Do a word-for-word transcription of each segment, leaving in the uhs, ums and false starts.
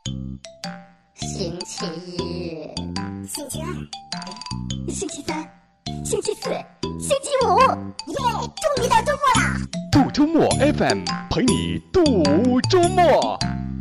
星期一， 星期二，星期三，星期四，星期五，耶！终于到周末啦！ 度周末 F M 陪你度周末。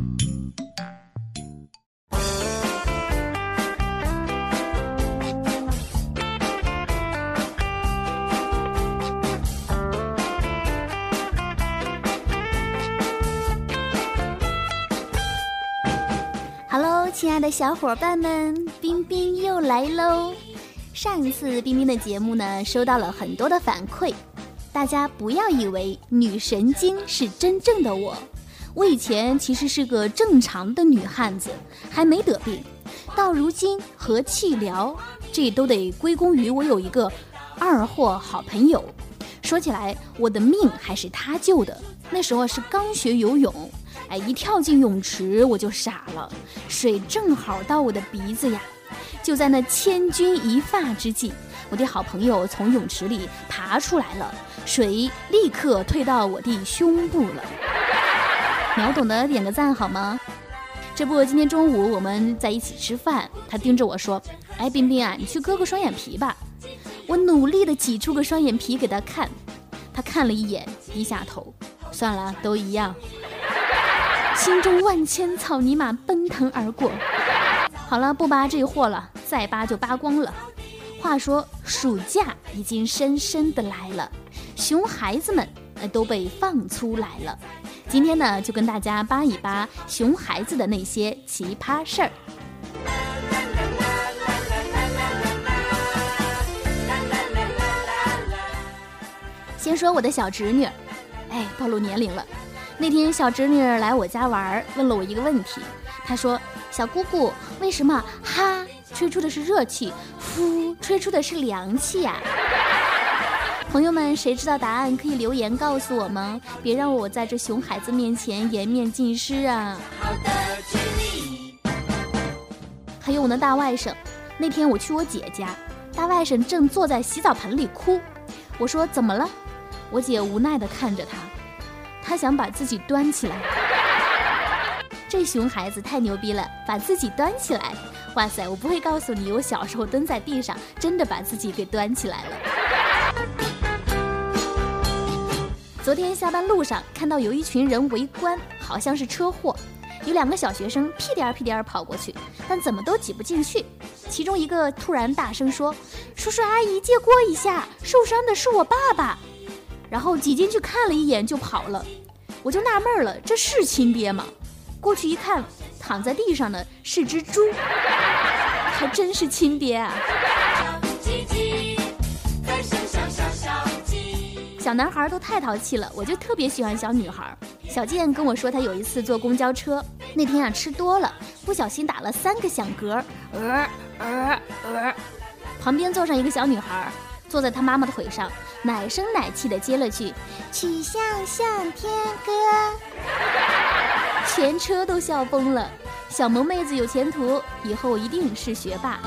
Hello， 亲爱的小伙伴们，冰冰又来喽！上一次冰冰的节目呢，收到了很多的反馈，大家不要以为女神经是真正的我，我以前其实是个正常的女汉子，还没得病，到如今和气疗，这都得归功于我有一个二货好朋友。说起来，我的命还是他救的，那时候是刚学游泳。哎，一跳进泳池我就傻了，水正好到我的鼻子呀！就在那千钧一发之际，我的好朋友从泳池里爬出来了，水立刻退到我的胸部了。秒懂的点个赞好吗？这不，今天中午我们在一起吃饭，他盯着我说：“哎，冰冰啊，你去割个双眼皮吧。”我努力的挤出个双眼皮给他看，他看了一眼，低下头，算了，都一样。心中万千草泥马奔腾而过。好了，不扒这货了，再扒就扒光了。话说暑假已经深深的来了，熊孩子们都被放出来了。今天呢，就跟大家扒一扒熊孩子的那些奇葩事儿。先说我的小侄女，哎，暴露年龄了。那天小侄女来我家玩，问了我一个问题。她说：“小姑姑，为什么哈吹出的是热气，呼吹出的是凉气呀？”朋友们，谁知道答案可以留言告诉我吗？别让我在这熊孩子面前颜面尽失啊！还有我的大外甥，那天我去我姐家，大外甥正坐在洗澡盆里哭。我说：“怎么了？”我姐无奈地看着他。他想把自己端起来，这熊孩子太牛逼了，把自己端起来！哇塞，我不会告诉你，我小时候蹲在地上，真的把自己给端起来了。昨天下班路上看到有一群人围观，好像是车祸，有两个小学生屁颠儿屁颠儿跑过去，但怎么都挤不进去。其中一个突然大声说：“叔叔阿姨，借过一下，受伤的是我爸爸。”然后挤进去看了一眼就跑了，我就纳闷了，这是亲爹吗？过去一看，躺在地上的是只猪，还真是亲爹啊！小男孩都太淘气了，我就特别喜欢小女孩。小健跟我说，他有一次坐公交车，那天啊吃多了，不小心打了三个响嗝，呃呃呃，旁边坐上一个小女孩，坐在他妈妈的腿上，奶声奶气地接了句“曲项向天歌”，全车都笑疯了。小萌妹子有前途，以后一定是学霸。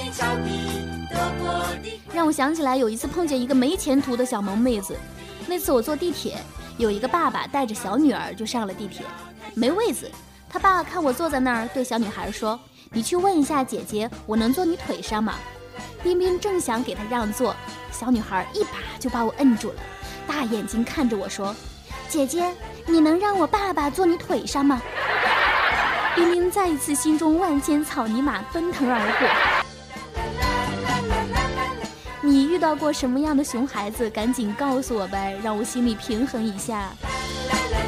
让我想起来有一次碰见一个没前途的小萌妹子。那次我坐地铁，有一个爸爸带着小女儿就上了地铁，没位子。他爸看我坐在那儿，对小女孩说：“你去问一下姐姐，我能坐你腿上吗？”冰冰正想给他让座，小女孩一把就把我摁住了，大眼睛看着我说：“姐姐，你能让我爸爸坐你腿上吗？”冰冰再一次心中万千草泥马奔腾而过。你遇到过什么样的熊孩子？赶紧告诉我呗，让我心里平衡一下。